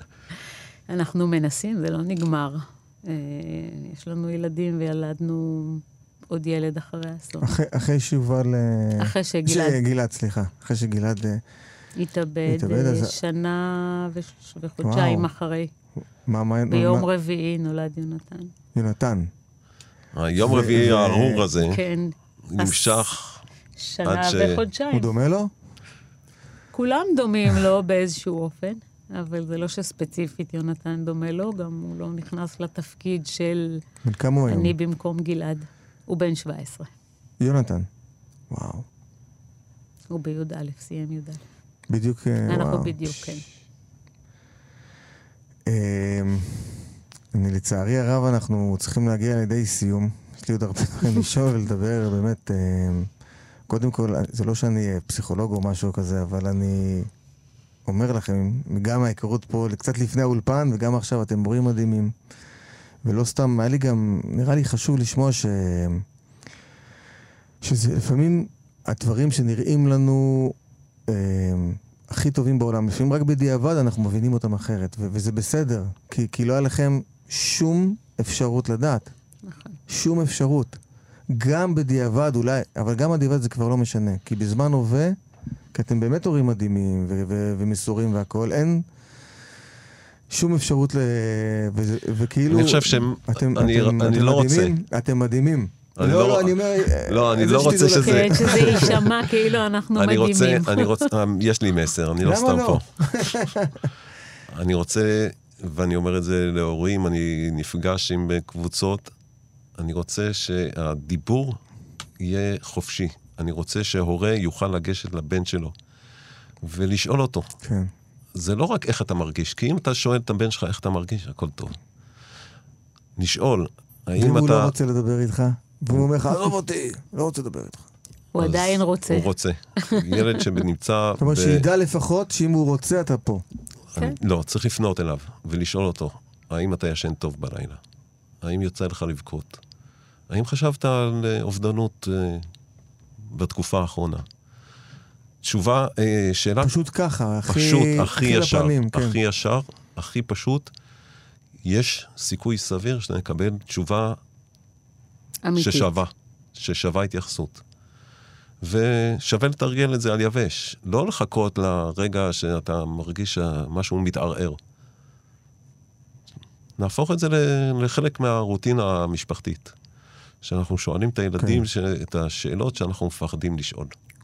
אנחנו מנסים, זה לא נגמר. אה, יש לנו ילדים וילדנו עוד ילד אחרי האסון. אחרי, אחרי שיובל... אה, אחרי שגלעד- שגלעד, סליחה. אחרי שגלעד... אה, התאבד התאבד, אה, אז- שנה וש- וחודשיים וואו. אחרי. מה, מה, ביום מה, רביעי נולד יונתן. יונתן. היום ו- רביעי ו- הארור הזה כן. נמשך שנה עד ש- וחודשיים. הוא דומה לו? כולם דומים לו באיזשהו אופן, אבל זה לא שספציפית יונתן דומה לו, גם הוא לא נכנס לתפקיד של בן כמה הוא היום? אני במקום גלעד. הוא בן שבע עשרה. יונתן. וואו. הוא בי"א, סיים י"א. בדיוק, אה, אנחנו וואו. בדיוק, כן. אה, אני לצערי הרב, אנחנו צריכים להגיע לידי סיום. יש לי עוד הרבה דברים לשאול ולדבר, באמת. אה, קודם כל, זה לא שאני אה, פסיכולוג או משהו כזה, אבל אני אומר לכם, גם ההיכרות פה, קצת לפני האולפן, וגם עכשיו אתם מורים מדהימים. ולא סתם, היה לי גם, נראה לי חשוב לשמוע ש... שזה לפעמים הדברים שנראים לנו אה, הכי טובים בעולם, לפעמים רק בדיעבד אנחנו מבינים אותם אחרת, ו- וזה בסדר, כי, כי לא היה לכם שום אפשרות לדעת. נכון. שום אפשרות. גם בדיעבד אולי, אבל גם בדיעבד זה כבר לא משנה, כי בזמן הווה, כי אתם באמת הורים מדהימים ו- ו- ומסורים והכל, אין שום אפשרות ל... ו- וכאילו... אני חושב שהם... אתם, אני, אתם, אני אתם לא מדהימים, רוצה. אתם מדהימים. אני לא, לא- לא, אני אומר... לא, אני זה לא רוצה שתדעו שזה- לכם. כן, שזה יישמע כאילו אנחנו אני רוצה, מדהימים. אני רוצה, יש לי מסר, אני לא למה סתם לא? פה. אני רוצה ואני אומר את זה להורים, אני נפגש עם קבוצות, אני רוצה שהדיבור יהיה חופשי. אני רוצה שההורה יוכל לגשת לבן שלו, ולשאול אותו. כן. זה לא רק איך אתה מרגיש, כי אם אתה שואל את הבן שלך איך אתה מרגיש, הכל טוב. לשאול, האם אתה... ואם הוא לא רוצה לדבר איתך, והוא אומר לך, עזוב אותי, לא רוצה לדבר איתך. הוא עדיין רוצה. הוא רוצה. ילד שנמצא... זאת אומרת, שידע לפחות שאם הוא רוצה, אתה פה. אני, לא, צריך לפנות אליו ולשאול אותו, האם אתה ישן טוב בלילה? האם יוצא לך לבכות? האם חשבת על אובדנות אה, בתקופה האחרונה? תשובה, אה, שאלה... פשוט ככה, הכי, פשוט, הכי ישר, לפנים, כן. הכי ישר, הכי פשוט. יש סיכוי סביר שנקבל תשובה אמיתית. ששווה, ששווה התייחסות. ושווה לתרגל את זה על יבש. לא לחכות לרגע שאתה מרגיש שמשהו מתערער. נהפוך את זה לחלק מהרוטינה המשפחתית. שאנחנו שואלים את הילדים כן. ש... את השאלות שאנחנו מפחדים לשאול.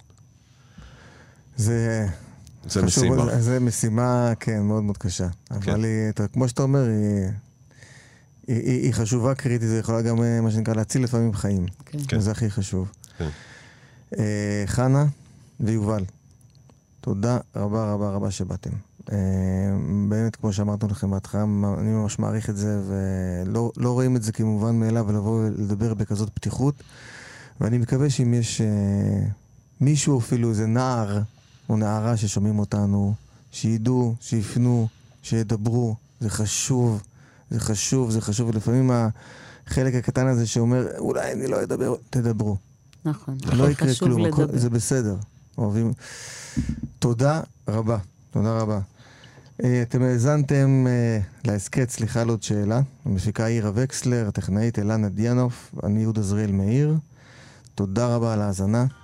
זה... זה חשוב, משימה. זה משימה, כן, מאוד מאוד קשה. כן. אבל היא, אתה, כמו שאתה אומר, היא, היא, היא, היא חשובה קריטית, זה יכולה גם, מה שנקרא, להציל לפעמים חיים. כן. כן. וזה הכי חשוב. כן. אה, חנה ויובל, תודה רבה רבה רבה שבאתם. אה, באמת, כמו שאמרנו לכם בהתחלה, אני ממש מעריך את זה, ולא לא רואים את זה כמובן מאליו, ולבוא ולדבר בכזאת פתיחות. ואני מקווה שאם יש אה, מישהו, אפילו איזה נער, או נערה ששומעים אותנו, שידעו, שיפנו, שידברו, זה חשוב, זה חשוב, זה חשוב, ולפעמים החלק הקטן הזה שאומר, אולי אני לא אדבר, תדברו. נכון. לא יקרה חשוב כלום, לדבר. זה בסדר. אוהבים. תודה רבה, תודה רבה. אתם האזנתם להסכת, סליחה על עוד שאלה. המפיקה עירה וקסלר, הטכנאית אלנה דיאנוף, אני יהודה זריאל מאיר. תודה רבה על ההאזנה.